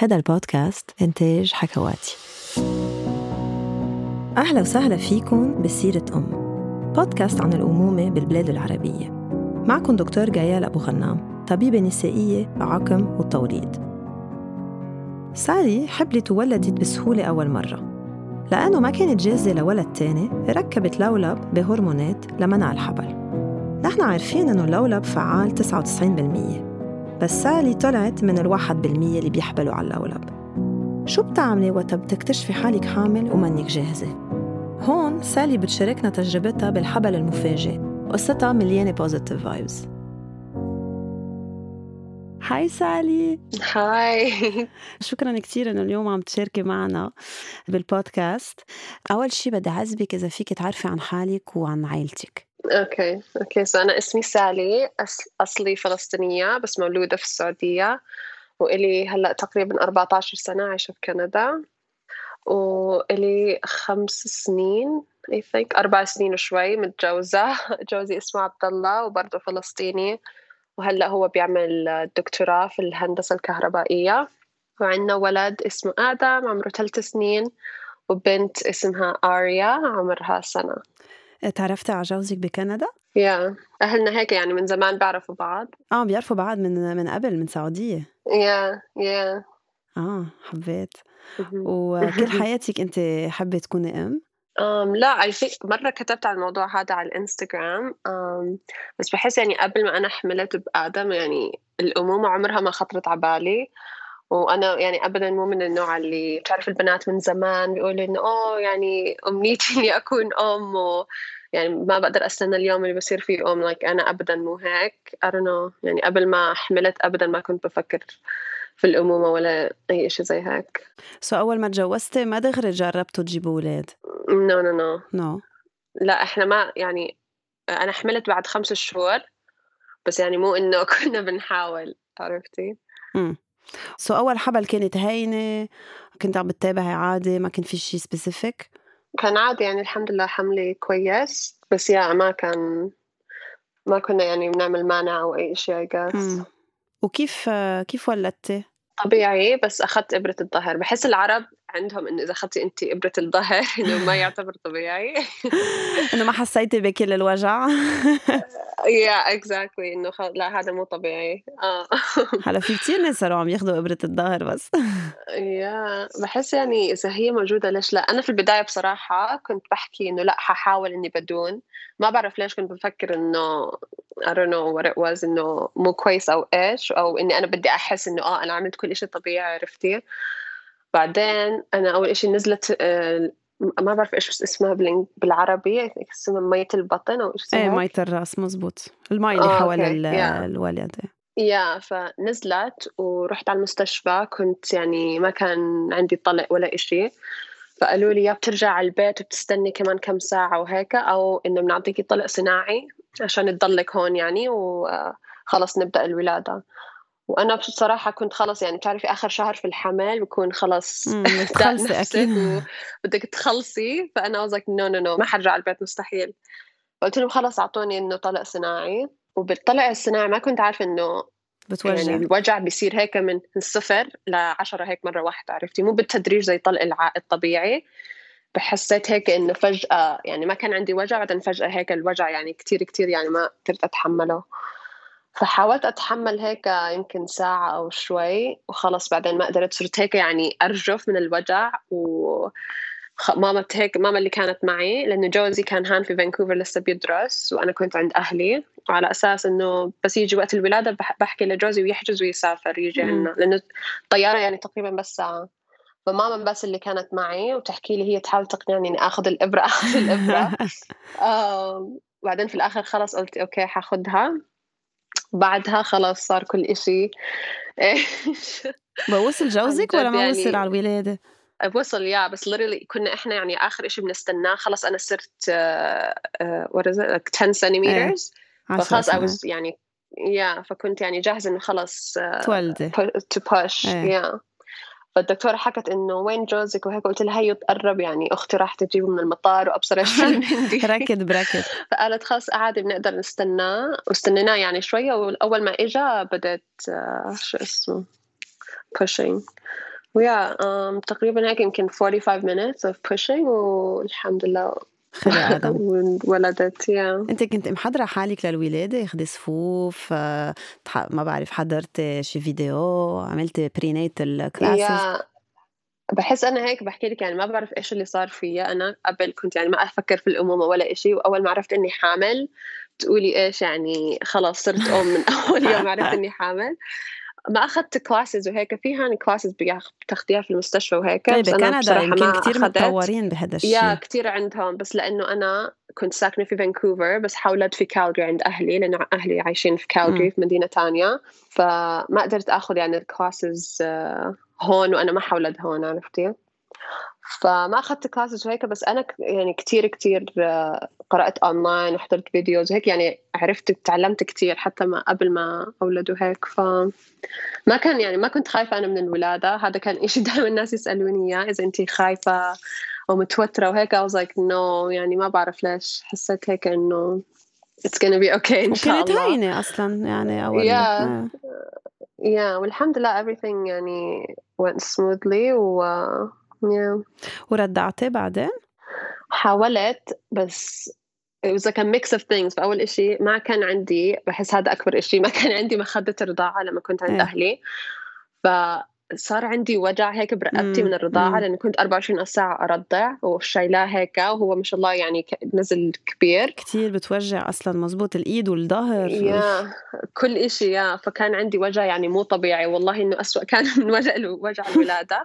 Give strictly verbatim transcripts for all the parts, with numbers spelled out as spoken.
هذا البودكاست إنتاج حكواتي. أهلا وسهلا فيكن بسيرة أم، بودكاست عن الأمومة بالبلاد العربية. معكم دكتور جايال أبو غنام، طبيبة نسائية بعقم والتوليد. سالي حبلت وولدت بسهولة أول مرة، لأنه ما كانت جاهزة لولد تاني ركبت لولب بهرمونات لمنع الحبل. نحن عارفين أنه اللولب فعال تسعة وتسعين بالمية، بس سالي طلعت من الواحد بالمية اللي بيحبلوا على اللولب. شو بتعملي وقت بتكتشفي حالك حامل ومنك جاهزة؟ هون سالي بتشاركنا تجربتها بالحبل المفاجئ، قصتها مليانة بوزيتيف فايبز. هاي سالي. هاي. شكراً كتير إنه اليوم عم تشاركي معنا بالبودكاست. أول شي بدي أعزبك إذا فيك تعرفي عن حالك وعن عائلتك. اوكي اوكي سو انا اسمي سالي، أص... اصلي فلسطينيه بس مولوده في السعوديه، والي هلا تقريبا أربعة عشر سنه عايشه في كندا، والي خمس سنين I think أربع سنين وشوي متجوزة. جوزي اسمه عبد الله وبرضه فلسطيني، وهلا هو بيعمل دكتوراه في الهندسة الكهربائية. وعندنا ولد اسمه آدم عمره ثلاث سنين، وبنت اسمها آريا عمرها سنة. تعرفتي على جوزك بكندا؟ يا أهلنا هيك يعني من زمان بعرفوا بعض. آه بيعرفوا بعض من من قبل من سعودية. يا يا آه حبيت. وكل حياتك أنت حابة تكوني أم؟ أم لا I think مرة كتبت على الموضوع هذا على الإنستغرام، أم بس بحس يعني قبل ما أنا حملت بآدم يعني الأمومة عمرها ما خطرت على بالي. وأنا يعني أبدا مو من النوع اللي تعرف البنات من زمان بيقولوا إنه أوه يعني أمنيتي إني أكون أم، و يعني ما بقدر أستنى اليوم اللي بصير فيه أم. like أنا أبدا مو هيك. I don't know يعني قبل ما حملت أبدا ما كنت بفكر في الأمومة ولا أي إشي زي هيك. سو أول ما تجوزتي ما دغري جربتوا تجيبوا أولاد؟ no no no نو no. لا إحنا ما يعني أنا حملت بعد خمس شهور، بس يعني مو إنه كنا بنحاول، عرفتي؟ امم سو أول حبل كانت هينة، كنت عم بتتابعي عادي، ما كان في شيء سبيسيفيك؟ كان عادي يعني الحمد لله حملي كويس، بس يا ما كان ما كنا يعني بنعمل مانع أو أي شيء I guess. امم وكيف كيف ولدتي؟ طبيعي، بس أخذت إبرة الظهر. بحس العرب عندهم إنه إذا أخذتي أنت إبرة الظهر إنه ما يعتبر طبيعي. إنه ما حسيتي بكل الوجع؟ yeah exactly إنه خ... لا هذا مو طبيعي. آه. هلا في كتير ناس صاروا عم ياخدوا إبرة الظهر بس. يا بحس يعني إذا هي موجودة ليش لا. أنا في البداية بصراحة كنت بحكي إنه لا ححاول إني بدون، ما بعرف ليش كنت بفكر إنه I don't know what it was إنه مو كويس أو إيش، أو إني أنا بدي أحس إنه آه أنا عملت كل إشي طبيعي، عرفتي؟ بعدين أنا أول إشي نزلت آه ما بعرف إيش اسمها بالعربي، اسمها مية البطن أو إيش زي إيه هيك. مية الرأس مزبوط، المي اللي آه حول أوكي yeah. الولد. يا فنزلت ورحت على المستشفى، كنت يعني ما كان عندي طلق ولا إشي، فقالوا لي يا بترجع على البيت وبتستني كمان كم ساعة وهيك، أو إنه بنعطيكي طلق صناعي عشان تضلك هون يعني وخلص نبدأ الولادة. وأنا بصراحة كنت خلص يعني تعرفي آخر شهر في الحمل بكون خلص بدك داق تخلصي نفسك أكيد. وبدك تخلصي، فأنا was like no no no ما حرجع على البيت مستحيل. فقلت لهم خلص أعطوني إنه طلق صناعي. وبالطلق الصناعي ما كنت عارفة إنه بتوجع يعني الوجع بيصير هيك من الصفر لعشرة هيك مرة واحدة، عرفتي؟ مو بالتدريج زي طلق الع... الطبيعي. بحسيت هيك إنه فجأة يعني ما كان عندي وجع، بعدين فجأة هيك الوجع يعني كتير كتير يعني ما قدرت أتحمله. فحاولت أتحمل هيك يمكن ساعة أو شوي وخلص، بعدين ما قدرت، صرت هيك يعني أرجف من الوجع. و ماما هيك ماما اللي كانت معي، لأنه جوزي كان هان في فانكوفر لسه بيدرس وأنا كنت عند أهلي، وعلى أساس إنه بس يجي وقت الولادة بح- بحكي لجوزي ويحجز ويسافر يجي عنا، لأنه الطيارة يعني تقريبا بس ساعة. فماما بس اللي كانت معي وتحكي لي، هي تحاول تقنعني إني آخذ الإبرة آخذ الإبرة. آه بعدين في الآخر خلاص قلت أوكي حاخدها. بعدها خلاص صار كل إشي. بوصل عن جوزك ولا جد ما وصل يعني على الولادة؟ وصل يا بس literally كنا إحنا يعني آخر إشي بنستناه. خلاص أنا صرت uh, uh, what is it like ten ايه centimeters. عشر فخلاص I سنوات was يعني يا فكنت يعني جاهزة إنه خلاص uh, تولدي. to push ايه يا. فالدكتورة حكت إنه وين جوزك وهيك، قلت لها هي تقرب يعني أختي راح تجيبه من المطار وأبصر إيش في المندي. ركض بركض. فقالت خلاص عادي بنقدر نستناه، واستنيناه يعني شوية. وأول ما إجا بدأت uh, شو اسمه pushing. ويا um, تقريبا هيك يمكن forty-five minutes of pushing والحمد لله خلي آدم. ولدت. يا أنت كنت محضرة حالك للولادة، خدي صفوف، ما بعرف حضرت شي فيديو، عملت برينيتال كلاسز؟ يا بحس أنا هيك بحكي لك يعني ما بعرف إيش اللي صار فيا. أنا قبل كنت يعني ما أفكر في الأمومة ولا إشي، وأول ما عرفت إني حامل تقولي إيش يعني خلاص صرت أم من أول يوم عرفت إني حامل. ما أخذت كلاسز وهيك، في هان كلاسز بتاخديها في المستشفى وهيك، طيب بس أنا بكندا بصراحة يمكن ما كتير أخذت. متطورين بهذا الشيء. يا كتير عندهم، بس لأنه أنا كنت ساكنة في فانكوفر بس حولت في كالجري عند أهلي، لأنه أهلي عايشين في كالجري في مدينة تانية، فما قدرت أخذ يعني الكلاسز هون وأنا ما حولد هون، عرفتي؟ فما أخذت كلاسز وهيك، بس أنا يعني كتير كتير قرأت أونلاين وحضرت فيديوز وهيك، يعني عرفت تعلمت كتير حتى ما قبل ما أولد وهيك. فما كان يعني ما كنت خايفة أنا من الولادة، هذا كان إشي دائما الناس يسألوني إياه، إذا أنتي خايفة أو متوترة وهيك. I was like no، يعني ما بعرف ليش حسيت هيك إنه it's gonna be okay إن شاء وكانت الله. هينة أصلا يعني أول yeah آه. yeah والحمد لله everything يعني went smoothly و yeah. وردعتي بعدين؟ حاولت بس it was like a mix of things. فأول إشي ما كان عندي، بحس هذا أكبر إشي، ما كان عندي مخدة الرضاعة لما كنت عند إيه. أهلي، فصار عندي وجع هيك برقبتي مم. من الرضاعة، مم. لأنه كنت أربعة وعشرين ساعة أرضع وشايلاه هيك، وهو ما شاء الله يعني ك- نزل كبير كتير بتوجع أصلا، مزبوط، الإيد والظهر. يا كل إشي. يا فكان عندي وجع يعني مو طبيعي والله، إنه أسوأ كان من وجع وجع الولادة.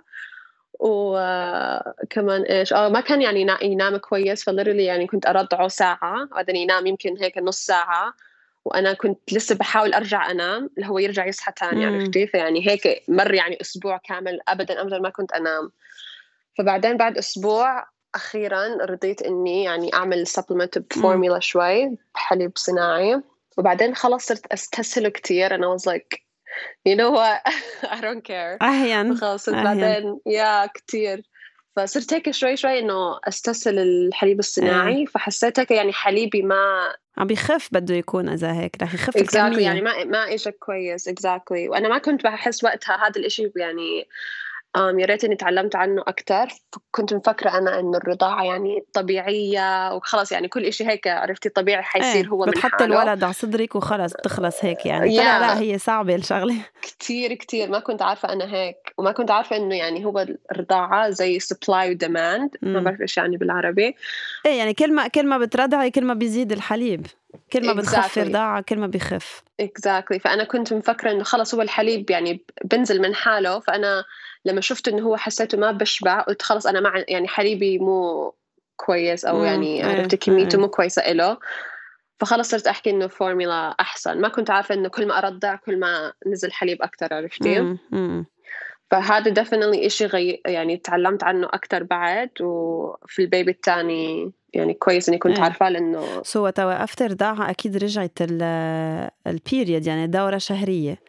وكمان إيش آه ما كان يعني ينام كويس، فليرلي يعني كنت أرضعه ساعة بعدين ينام يمكن هيك نص ساعة، وأنا كنت لسه بحاول أرجع أنام اللي هو يرجع يصحى تاني، عرفتي؟ فيعني هيك مر يعني أسبوع كامل أبدا أبدا ما كنت أنام. فبعدين بعد أسبوع أخيرا رضيت إني يعني أعمل supplement بفورميلا شوي بحليب صناعي، وبعدين خلاص صرت أستسهله كتير. أنا was like you know what I don't care. أهين فخلاص بعدين يا كتير، فصرت هيك شوي شوي إنه أستسهل الحليب الصناعي. فحسيت هيك يعني حليبي ما عم بيخف، بده يكون إذا هيك رح يخف exactly الكمية. يعني ما ما إجا كويس exactly. وأنا ما كنت بحس وقتها هذا الإشي يعني um, يا ريت إني تعلمت عنه أكتر. كنت مفكرة أنا إنه الرضاعة يعني طبيعية وخلص، يعني كل إشي هيك عرفتي طبيعي حيصير ايه. هو من بتحط حاله، الولد على صدرك وخلص بتخلص هيك يعني. yeah. طلع لا، هي صعبة الشغلة كتير كتير ما كنت عارفة أنا هيك، وما كنت عارفة إنه يعني هو الرضاعة زي supply و demand، ما بعرف إيش يعني بالعربي. إيه يعني كل ما كل ما بترضعي كل ما بيزيد الحليب، كل ما بتخفي exactly. رضاعة كل ما بيخف. exactly. فأنا كنت مفكرة إنه خلص هو الحليب يعني بنزل من حاله، فأنا لما شفت إنه هو حسيته ما بشبع قلت خلص أنا مع يعني حليبي مو كويس أو يعني مم. عرفت إيه. كميته إيه. مو كويسة إله، فخلص صرت أحكي إنه فورميلا أحسن. ما كنت عارفة إنه كل ما أرضع كل ما نزل حليب أكتر، عرفتي؟ مم. مم. فهذا definitely إشي غي... يعني تعلمت عنه أكتر بعد، وفي البيبي الثاني يعني كويس إني كنت إيه. عارفة لأنه سو توقفت رضاعة أكيد رجعت البيريد يعني الدورة شهرية،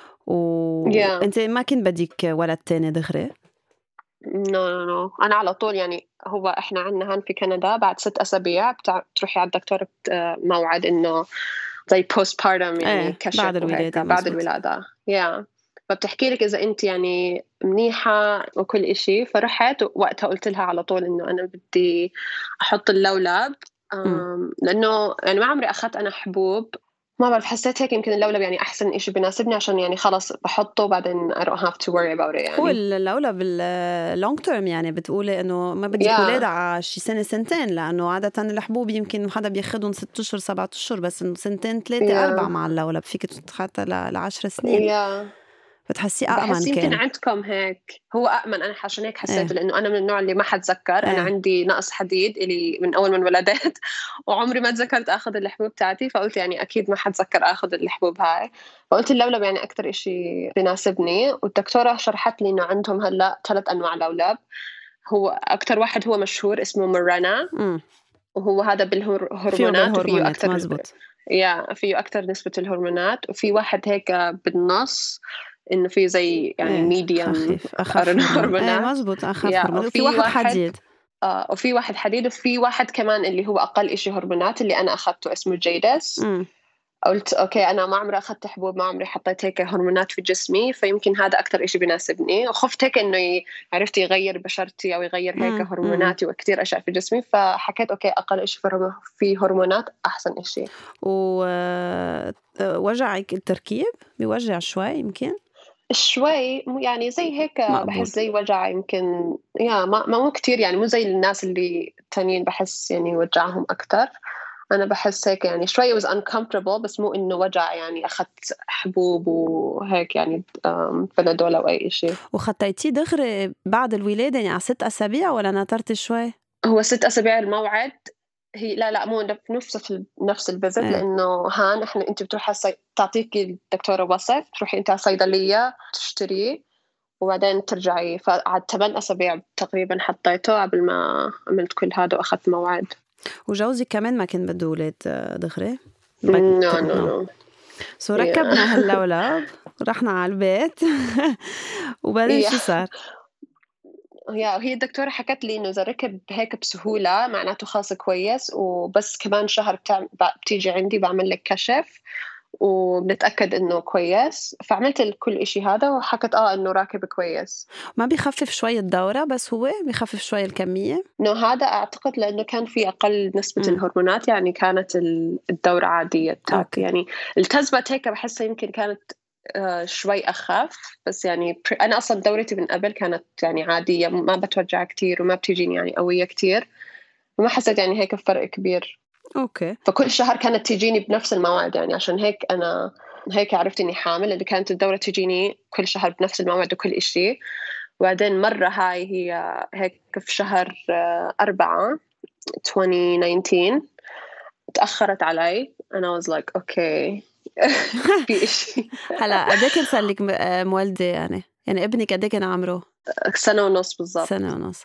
وأنت yeah. ما كنت بدك ولد تاني دغري؟ نو نو نو أنا على طول يعني هو إحنا عنا هان في كندا بعد ست أسابيع بتع... تروحي على الدكتور بت... موعد إنه زي postpartum يعني إيه. كشف بعد وهيك الولادة. بعد مزبوط. الولادة yeah. فبتحكي لك إذا أنت يعني منيحة وكل إشي. فرحت وقتها قلت لها على طول إنه أنا بدي أحط اللولب، لأنه يعني ما عمري أخذت أنا حبوب، ما بعرف حسيت هيك يمكن اللولب يعني أحسن إشي بناسبني، عشان يعني خلص بحطه وبعدين I don't have to worry about it. يعني هو اللولب اللونج تيرم يعني بتقولي إنه ما بدك yeah. ولادة على شي سنة سنتين، لأنه عادة الحبوب يمكن حدا بياخدهم ست أشهر سبعة أشهر، بس إنه سنتين ثلاثة yeah. أربعة مع اللولب فيك تحطها لعشر سنين. yeah. بتحسي أأمن بحس يمكن كان. عندكم هيك هو أأمن. أنا عشان هيك حسيت إيه. لأنه أنا من النوع اللي ما حتذكر. إيه. أنا عندي نقص حديد اللي من أول من ولدت وعمري ما تذكرت أخذ الحبوب تاعتي، فقلت يعني أكيد ما حتذكر أخذ الحبوب هاي، فقلت اللولب يعني أكتر إشي بناسبني. والدكتورة شرحت لي إنه عندهم هلأ ثلاث أنواع لولب، هو أكتر واحد هو مشهور اسمه مرانا، وهو هذا بالهرمونات وفيه أكتر مزبوط. يا فيه أكتر نسبة الهرمونات، وفي واحد هيك بالنص إنه في زي يعني ميديم خفيف أخف هرمونات. إيه مزبوط أخف هرمونات. وفي واحد حديد آه وفي واحد حديد وفي واحد كمان اللي هو أقل إشي هرمونات اللي أنا أخذته اسمه جيدس. قلت أوكي أنا ما عمري أخذت حبوب، ما عمري حطيت هيك هرمونات في جسمي، فيمكن هذا أكتر إشي بيناسبني. وخفت هيك إنه ي- عرفت يغير بشرتي أو يغير هيك مم. مم. هرموناتي وكتير أشياء في جسمي. فحكيت أوكي أقل إشي في هرمو- في هرمونات أحسن إشي. ووجعك التركيب بيوجع شوي يمكن؟ شوي مو- يعني زي هيك مقبول. بحس زي وجع يمكن، يا ما ما مو كتير يعني، مو زي الناس اللي تانيين بحس يعني وجعهم أكتر. أنا بحس هيك يعني شوي was uncomfortable، بس مو إنه وجع يعني أخذت حبوب وهيك يعني آم، بنادول أو أي شيء. وخطيتيه دغري بعد الولادة يعني على ست أسابيع ولا نطرتي شوي؟ هو ست أسابيع الموعد. هي لا لا مو في نفس ال- نفس الفيزت، ايه. لأنه هان إحنا أنت بتروحي الصي... تعطيكي الدكتورة وصف، تروحي أنت على الصيدلية تشتريه وبعدين ترجعي. فعد ثمان أسابيع تقريبا حطيته قبل ما عملت كل هذا وأخذت موعد. وجوزي كمان ما كان بده ولاد دغري؟ نو نو نو. سو ركبنا هاللولب ورحنا على البيت وبعدين شو صار؟ يا هي الدكتورة حكت لي إنه إذا ركب هيك بسهولة معناته خاص كويس، وبس كمان شهر بتاع... بتيجي عندي بعمل لك كشف وبنتأكد إنه كويس. فعملت كل إشي هذا وحكت آه إنه راكب كويس. ما بيخفف شوي الدورة بس هو بيخفف شوي الكمية؟ إنه هذا أعتقد لأنه كان في أقل نسبة م. الهرمونات، يعني كانت الدورة عادية تاك. أوكي. يعني التزبط هيك بحسها يمكن كانت آه شوي أخف، بس يعني أنا أصلا دورتي من قبل كانت يعني عادية، ما بتوجع كتير وما بتيجيني يعني قوية كتير، وما حسيت يعني هيك فرق كبير. أوكي. فكل شهر كانت تيجيني بنفس الموعد، يعني عشان هيك أنا هيك عرفت إني حامل، اللي كانت الدورة تجيني كل شهر بنفس الموعد وكل إشي. وبعدين مرة هاي هي هيك في شهر أربعة ألفين وتسعطعش تأخرت علي. أنا was like okay في إشي. هلا قد ايه كان صار لك مولدة يعني؟ يعني ابنك قد ايه كان عمره؟ سنة ونص بالضبط. سنة ونص.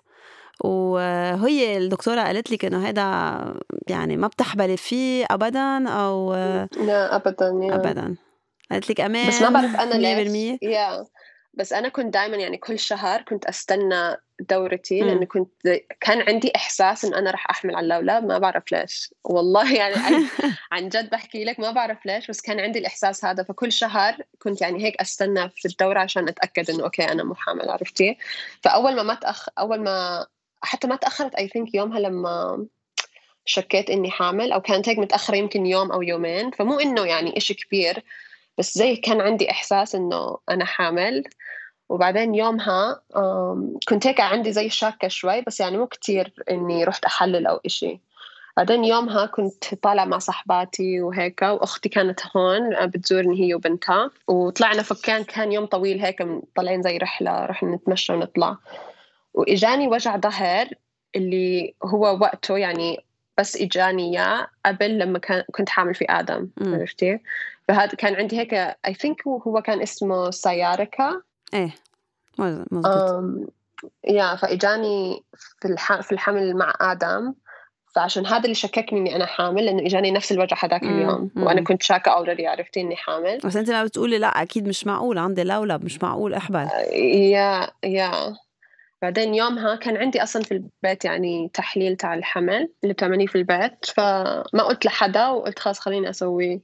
وهي الدكتورة قالت لك إنه هذا يعني ما بتحبلي فيه أبدا أو؟ لا أبدا يا. أبدا. قالت لك أمان بس ما بعرف أنا مية ليش بالمية. يا بس أنا كنت دائما يعني كل شهر كنت أستنى دورتي، مم. لأنه كنت كان عندي إحساس إن أنا رح أحمل على الأولاد. ما بعرف ليش والله يعني عن جد بحكي لك ما بعرف ليش، بس كان عندي الإحساس هذا. فكل شهر كنت يعني هيك أستنى في الدورة عشان أتأكد إنه أوكي أنا مو حامل، عرفتي. فأول ما ما تأخ أول ما حتى ما تأخرت I think يومها لما شكيت إني حامل، أو كانت هيك متأخرة يمكن يوم أو يومين. فمو إنه يعني إشي كبير، بس زي كان عندي إحساس إنه أنا حامل. وبعدين يومها كنت هيك عندي زي شاكة شوي، بس يعني مو كتير إني رحت أحلل أو إشي. بعدين يومها كنت طالعة مع صحباتي وهيك، وأختي كانت هون بتزورني هي وبنتها، وطلعنا فكان كان يوم طويل هيك طالعين زي رحلة، رحنا نتمشى ونطلع. وإجاني وجع ظهر اللي هو وقته يعني بس إجاني إياه قبل لما كان كنت حامل في آدم، مم. عرفتي. فهذا كان عندي هيك I think هو كان اسمه سياركا. إيه مزبوط. أم يا فإجاني في الح... في الحمل مع آدم. فعشان هذا اللي شككني إني أنا حامل، لأنه إجاني نفس الوجع هذاك اليوم، مم. وأنا كنت شاكة أولريدي، عرفتي إني حامل. بس أنت ما بتقولي لا أكيد مش معقول عندي لولب، مش معقول أحبل. يا يا بعدين يومها كان عندي أصلا في البيت يعني تحليل تاع الحمل اللي بتعمليه في البيت، فما قلت لحدا وقلت خلاص خليني أسويه.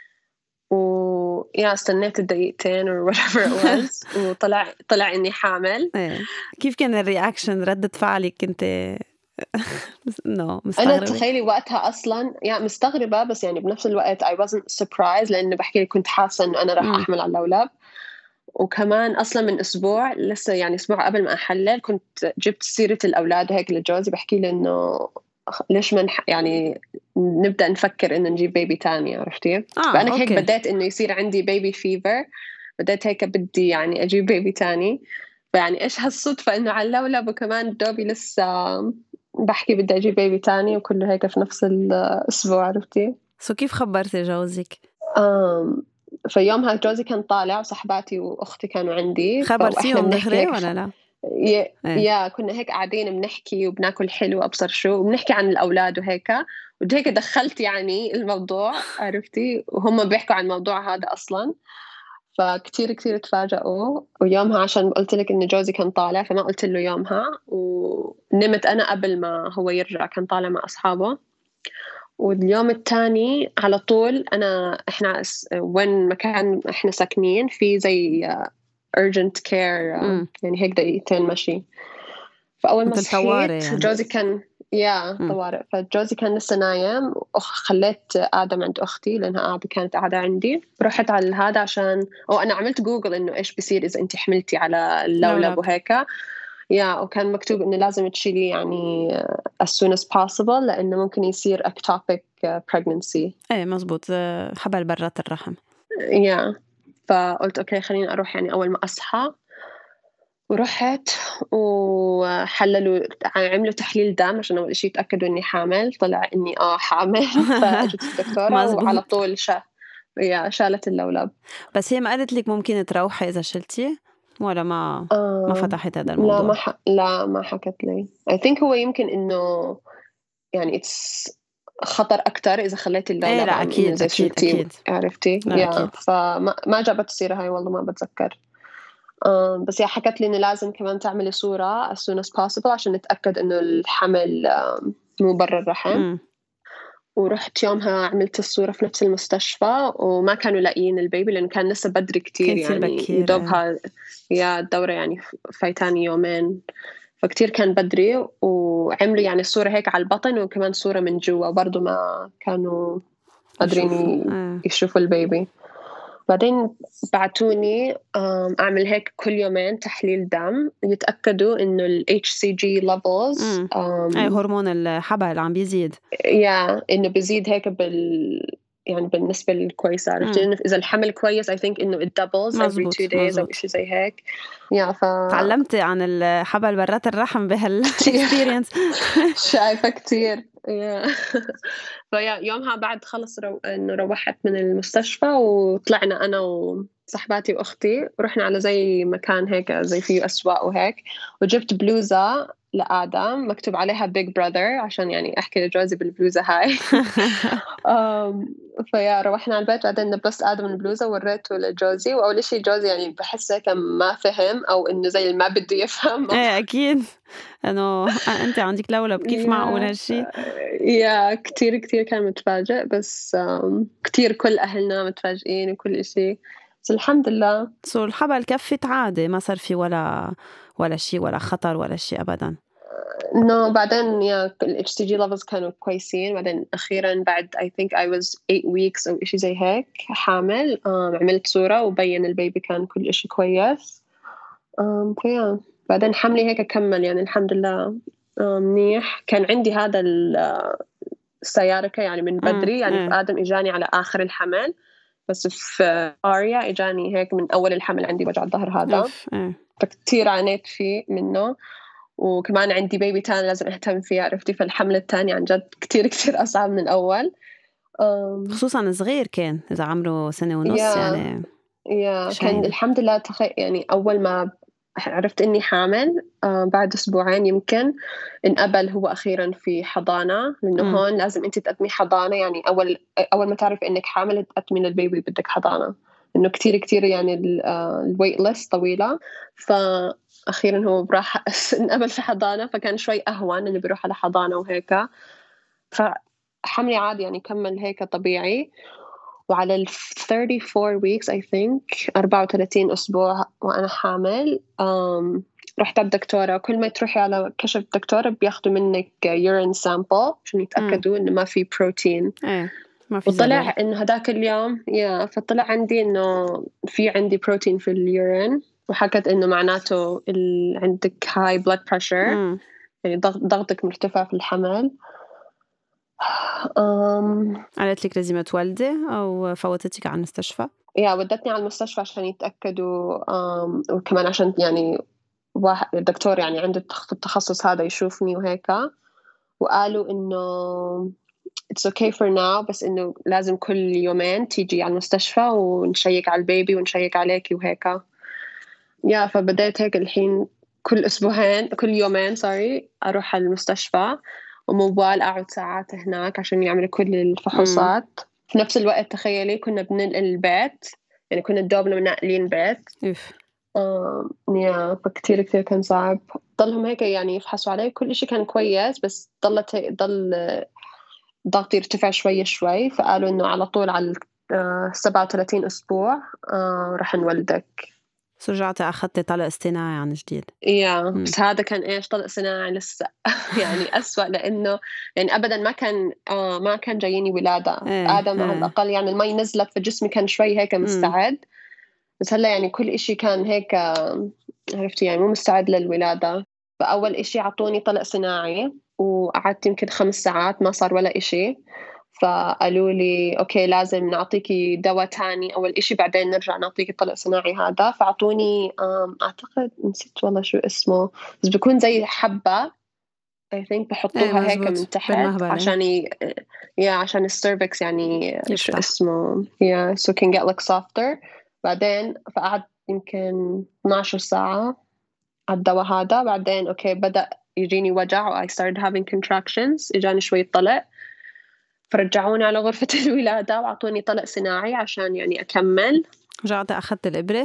ويا استنيت الدقيقتين or whatever it was وطلع طلع إني حامل. إيه. كيف كان الرياكشن ردة فعلك؟ كنت نو أنا مستغربة؟ تخيلي وقتها أصلا يعني مستغربة، بس يعني بنفس الوقت I wasn't surprised، لأنه بحكي لك كنت حاسة إنه أنا راح مم. أحمل على الأولاد. وكمان أصلا من أسبوع لسه يعني أسبوع قبل ما أحلل كنت جبت سيرة الأولاد وهيك لجوزي، بحكي له إنه ليش ما يعني نبدأ نفكر إنه نجيب بيبي تاني، عرفتي. آه، فأنا هيك أوكي. بدأت إنه يصير عندي بيبي فيفر، بدأت هيك بدي يعني أجيب بيبي تاني. فيعني إيش هالصدفة إنه على اللولب وكمان دوبي لسه بحكي بدي أجيب بيبي تاني وكله هيك في نفس الأسبوع، عرفتي. سو كيف خبرتي جوزك؟ أم فيومها جوزي كان طالع وصحباتي وأختي كانوا عندي، خبرتيهم بنحكي دغري هيك ولا لا؟ يا, إيه. يا كنا هيك قاعدين بنحكي وبناكل حلو أبصر شو، وبنحكي عن الأولاد وهيك. وهيك دخلت يعني الموضوع، عرفتي، وهم بيحكوا عن الموضوع هذا أصلا. فكتير كتير تفاجئوا. ويومها عشان قلت لك إن جوزي كان طالع فما قلت له يومها، ونمت أنا قبل ما هو يرجع، كان طالع مع أصحابه. واليوم الثاني على طول أنا إحنا وين مكان إحنا ساكنين في زي urgent care مم. يعني هيك دقيقتين مشي. فأول ما مثل طوارئ صحيت يعني. جوزي كان يا مم. طوارئ، فجوزي كان لسه نايم وخليت آدم عند أختي لأنها قاعدة كانت قاعدة عندي. رحت على هذا عشان أو أنا عملت جوجل إنه إيش بيصير إذا أنت حملتي على اللولب لولب. وهيك يا وكان مكتوب إنه لازم تشيلي يعني as soon as possible لأنه ممكن يصير ectopic pregnancy. ايه مزبوط، آه، حبل برات الرحم. يا فقلت أوكي خليني أروح يعني أول ما أصحى. ورحت وحللوا عملوا تحليل دم عشان أول شيء يتأكدوا إني حامل. طلع إني آه حامل. فأجت الدكتورة وعلى مزبوط. طول شا يا شالت اللولب. بس هي ما قالت لك ممكن تروحي إذا شلتي ولا ما ما آه فتحت هذا لا الموضوع؟ ما ح... لا ما حكت لي. I think هو يمكن إنه يعني it's خطر أكتر إذا خليتي ايه اللولب لا عن إنه أكيد زي أكيد شلتي أكيد. عرفتي لا يا أكيد. فما ما جابت السيرة هاي والله ما بتذكر. آه بس هي حكت لي إنه لازم كمان تعملي صورة as soon as possible عشان نتأكد إنه الحمل آه مو برا الرحم. مم. ورحت يومها عملت الصورة في نفس المستشفى وما كانوا لاقيين البيبي لأنه كان لسه بدري كتير كان كتير يعني بكير. يدوبها يا الدورة يعني فايتاني يومين فكتير كان بدري. وعملوا يعني الصورة هيك على البطن وكمان صورة من جوا برضو ما كانوا قادرين يشوفوا. آه. يشوفوا البيبي. بعدين بعتوني أعمل هيك كل يومين تحليل دم يتأكدوا إنه ال إتش سي جي levels امم اي هرمون الحبل عم بيزيد. يا إنه بيزيد هيك بال يعني بالنسبة الكويسة عرفت إنه إذا الحمل كويس I think إنه it doubles every مزبوط two days أو مزبوط. إشي زي هيك. يا ف تعلمتي عن الحبل برات الرحم بهالاكسبيرينس. شايفة كتير. يا فيا يومها بعد خلص رو... إنه روحت من المستشفى وطلعنا أنا وصحباتي وأختي ورحنا على زي مكان هيك زي فيه أسواق وهيك وجبت بلوزة لآدم مكتوب عليها Big Brother عشان يعني أحكي لجوزي بالبلوزة هاي. أم فيا روحنا على البيت بعدين لبست آدم البلوزة ووريته لجوزي وأول شيء جوزي يعني بحسه كان ما فهم أو إنه زي ما بده يفهم. ايه أكيد إنه أنت عندك لولب كيف معقول هالشي؟ يا كتير كتير كان متفاجئ بس كتير كل أهلنا متفاجئين وكل إشي بس الحمد لله. سو الحبل كفت عادي ما صار في ولا ولا شيء ولا خطر ولا شيء أبدا. no بعدين يا ال إتش سي جي levels كانوا كويسين. بعدين أخيرا بعد I think I was eight weeks أو إشي زي هيك حامل عملت صورة وبين البيبي كان كل إشي كويس. فيا بعدين حملي هيك أكمل يعني الحمد لله منيح. كان عندي هذا السياركة يعني من بدري يعني في آدم إجاني على آخر الحمل بس في آريا إجاني هيك من أول الحمل عندي وجع الظهر هذا فكتير عانيت فيه منه. وكمان عندي بيبي تاني لازم أهتم فيه عرفتي فالحمل التاني عن جد كتير كتير أصعب من الأول خصوصا صغير كان إذا عمره سنة ونص يا يعني يا كان الحمد لله تخي يعني أول ما عرفت إني حامل آه بعد أسبوعين يمكن انقبل هو أخيرا في حضانة لأنه م. هون لازم أنت تقدمي حضانة يعني أول أول ما تعرف إنك حامل تقدمي للبيبي بدك حضانة إنه كتير كتير يعني الويت ليست طويلة. فأخيرا هو راح انقبل في حضانة فكان شوي أهون إنه بيروح على حضانة وهيك. فحملي عادي يعني كمل هيك طبيعي. وعلى ال thirty-four weeks I think أربعة وثلاثين أسبوع وأنا حامل رحت على الدكتورة. كل ما تروحي على كشف الدكتورة بياخدوا منك urine sample عشان يتأكدوا إنه ما في بروتين. ما في وطلع زلال. إنه هداك اليوم يا فطلع عندي إنه في عندي بروتين في اليورين وحكت إنه معناته ال... عندك high blood pressure م. يعني ضغطك مرتفع في الحمل. أم... قالت لك لازم تولدي أو فوتتك على المستشفى؟ يا ودتني على المستشفى عشان يتأكدوا أم... وكمان عشان يعني واحد الدكتور يعني عنده التخصص هذا يشوفني وهيك. وقالوا إنه it's okay for now بس إنه لازم كل يومين تيجي على المستشفى ونشيك على البيبي ونشيك عليكي وهيك. يا فبدأت هيك الحين كل أسبوعين كل يومين sorry أروح على المستشفى وموبال أقعد ساعات هناك عشان يعملوا كل الفحوصات. م. في نفس الوقت تخيلي كنا بننقل البيت يعني كنا دوبنا منقلين بيت. آه يا فكتير كتير كان صعب. ضلهم هيك يعني يفحصوا علي كل إشي كان كويس بس ضلت هيك ضل ضغطي ارتفع شوي شوي، فقالوا إنه على طول على سبعة وثلاثين أسبوع آه رح نولدك. رجعتي أخذتي طلق اصطناعي عن جديد. يا بس هذا كان إيش طلق صناعي لسه يعني أسوأ، لأنه يعني أبدا ما كان آه ما كان جاييني ولادة. ايه آدم على ايه الأقل يعني المي نزلت فجسمي كان شوي هيك مستعد، بس هلا يعني كل إشي كان هيك عرفتي يعني مو مستعد للولادة. فأول إشي عطوني طلق صناعي وقعدت يمكن خمس ساعات ما صار ولا إشي، فقالوا لي أوكي لازم نعطيكي دواء تاني أول إشي بعدين نرجع نعطيكي طلق صناعي هذا. فعطوني أعتقد نسيت والله شو اسمه، بس بيكون زي حبة I think بحطوها ايه هيك من مزبوط تحت بالمهبل. عشان ي... يا عشان السيرفكس يعني شو يفتح. اسمه يا so can get like softer. بعدين فقعدت يمكن اثناشر ساعة على الدواء هذا. بعدين أوكي بدأ يجيني وجع و I started having contractions، إجاني شوي طلق، فرجعوني على غرفة الولادة وعطوني طلق صناعي عشان يعني أكمل. رجعت أخذت الإبرة.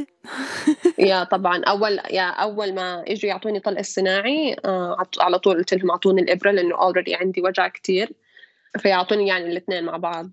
يا طبعا أول يا أول ما إجوا يعطوني طلق الصناعي آه على طول قلت لهم أعطوني الإبرة لأنه already عندي وجع كتير، فيعطوني يعني الاثنين مع بعض.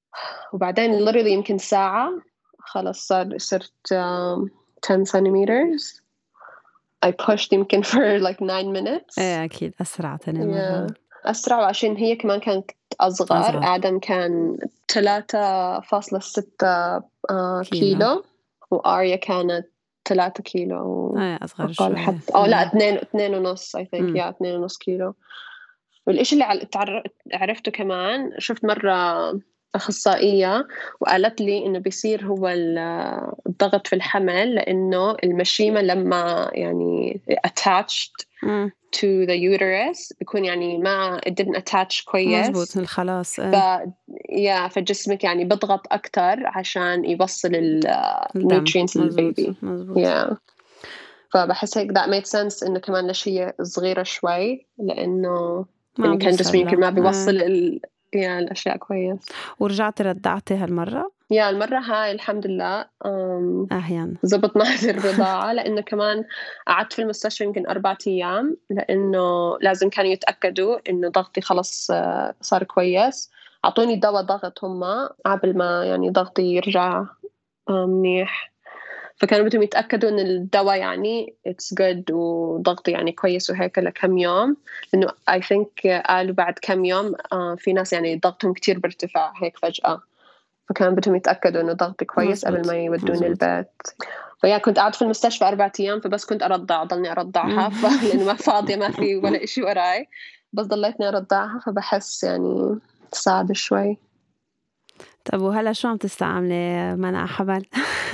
وبعدين literally يمكن ساعة خلص صار صرت um, ten centimeters. I pushed يمكن for like nine minutes. ايه أكيد أسرع تاني مرة. yeah. أسرع وعشان هي كمان كانت أصغر, أصغر. آدم كان ثلاثة فاصلة ستة uh, كيلو. كيلو وآريا كانت ثلاثة كيلو ايه أصغر أقل شوي. حتى أو لا اثنين اثنين ونص I think يا اثنين ونص كيلو. والإشي اللي عرفته كمان شفت مرة أخصائية وقالت لي إنه بيصير هو الضغط في الحمل لأنه المشيمة لما يعني attached م. to the uterus بيكون يعني ما it didn't attach كويس. مزبوط الخلاص. ف يا فجسمك يعني بضغط أكتر عشان يوصل ال nutrients للبيبي. yeah. فبحس هيك that made sense إنه كمان ليش هي صغيرة شوي لأنه يعني كان جسمي يمكن ما بيوصل آه. ال... يعني الأشياء كويس. ورجعت ردعتي هالمرة؟ يا المرة هاي الحمد لله أم... أهيان زبط معي الرضاعة لأنه كمان قعدت في المستشفى يمكن أربعة أيام لأنه لازم كانوا يتأكدوا إنه ضغطي خلص صار كويس. عطوني دواء ضغط هما قبل ما يعني ضغطي يرجع منيح، فكانوا بدهم يتأكدوا إن الدواء يعني it's good وضغطي يعني كويس وهيك لكم يوم، لأنه I think قالوا بعد كم يوم آه في ناس يعني ضغطهم كتير بارتفاع هيك فجأة، فكانوا بدهم يتأكدوا إنه ضغطي كويس قبل ما يودوني البيت. فيا كنت قاعدة في المستشفى أربعة أيام فبس كنت أرضع ضلني أرضعها لأنه ما فاضية ما في ولا إشي وراي، بس ضليتني أرضعها فبحس يعني صعب شوي. طب وهلا شو عم تستعملي منع حبل؟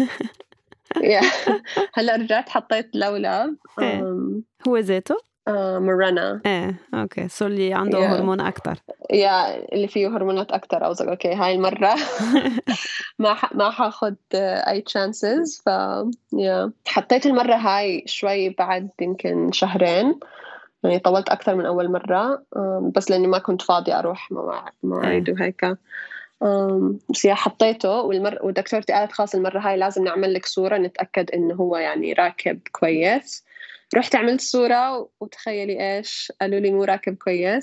هلا رجعت حطيت لولب هو زيته مرانا. ايه اوكي سو اللي عنده yeah. هرمون اكتر يا yeah. اللي فيه هرمونات اكتر او زي اوكي هاي المره ما ح... ما حاخد اي تشانسز. ف يا yeah. حطيت المره هاي شوي بعد يمكن شهرين يعني طولت اكثر من اول مره بس لاني ما كنت فاضيه اروح مواعيد وهيك. أم بس يا حطيته والمر ودكتورتي قالت خلاص المرة هاي لازم نعمل لك صورة نتأكد إنه هو يعني راكب كويس. رحت عملت صورة وتخيلي إيش قالوا لي مو راكب كويس.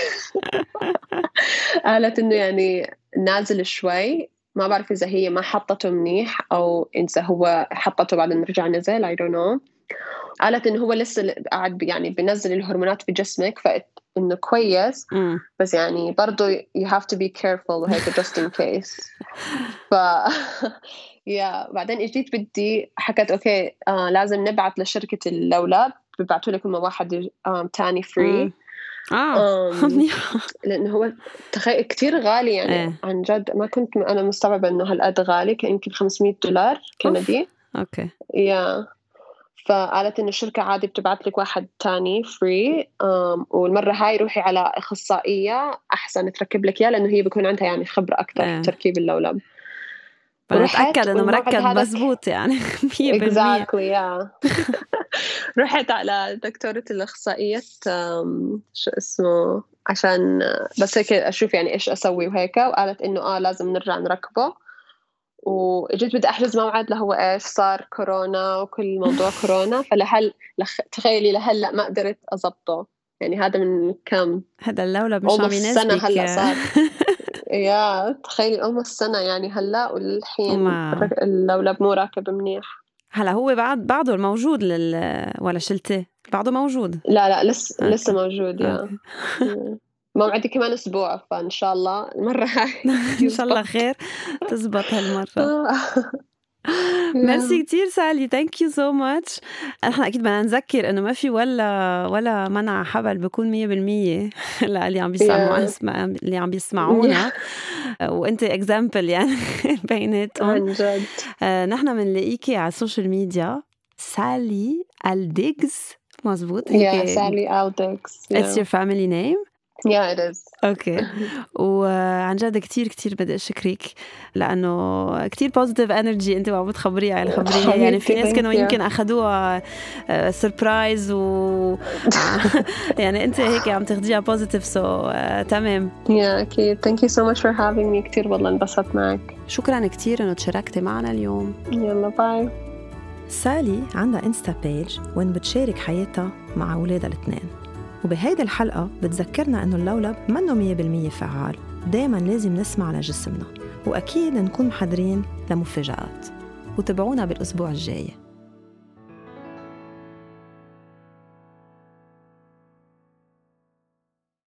قالت إنه يعني نازل شوي، ما بعرف إذا هي ما حطته منيح أو إذا هو حطته بعدين رجع نزل I don't know. قالت إنه هو لسه قاعد يعني بينزل الهرمونات في جسمك فإنه كويس م. بس يعني برضو you have to be careful وهيك just in case. ف يا بعدين اجيت بدي حكت اوكي آه لازم نبعث لشركة اللولب ببعثوا لكم واحد آه تاني فري. اه لأنه هو تخيل كتير غالي يعني ايه. عن جد ما كنت أنا مستوعبة إنه هالقد غالي كان يمكن خمسمية دولار كندي. اوكي يا فقالت إنه الشركة عادي بتبعت لك واحد تاني فري والمرة هاي روحي على أخصائية أحسن تركب لك إياه لأنه هي بيكون عندها يعني خبرة أكتر اه. في تركيب اللولب. ونتأكد إنه مركب مزبوط يعني مية بالمية. exactly yeah. رحت على دكتورة الأخصائية شو اسمه عشان بس هيك أشوف يعني إيش أسوي وهيك، وقالت إنه آه لازم نرجع نركبه. وجيت بدي أحجز موعد لهو إيش صار كورونا وكل موضوع كورونا فلهل لخ... تخيلي لهلأ ما قدرت أضبطه يعني هذا من كم هذا اللولب مش عم سنة يناسبك هلا صار. يا تخيلي almost سنة يعني هلا، والحين وما اللولب مو راكب منيح. هلا هو بعد بعده الموجود لل ولا شلته بعده موجود؟ لا لا لسه أوكي. لسه موجود يا أوكي. موعدي كمان أسبوع، فإن شاء الله المرة هاي إن شاء الله خير تزبط هالمرة. Yeah. ميرسي كتير سالي. thank you so much. احنا اكيد بدنا نذكر انه ما في ولا ولا منع حبل بيكون مية بالمية اللي عم بيسمعوا Yeah. اللي عم بيسمعونا. وانت اكزامبل يعني بيناتهم. عن جد. آه، نحن بنلاقيكي على السوشيال ميديا سالي ألديغز، مزبوط هيك؟ Yeah, Sally Aldex. It's your family name. Yeah, it is. اوكي. وعن جد كتير كتير بدي اشكرك لانه كتير بوزيتيف انرجي انت وعم بتخبريها على خبريه. يعني في ناس كانوا يمكن اخذوها سربرايز و يعني انت هيك عم تاخديها بوزيتيف. سو تمام. يا اكيد. thank you so much for having me. كتير والله انبسطت معك. شكرا كتير انه تشاركتي معنا اليوم. يلا باي. سالي عندها انستا بيج وين بتشارك حياتها مع أولادها الاثنين، وبهيدي الحلقة بتذكرنا إنه اللولب منه مية بالمية فعال. دايماً لازم نسمع لجسمنا، وأكيد نكون محضرين لمفاجآت. وتابعونا بالأسبوع الجاي.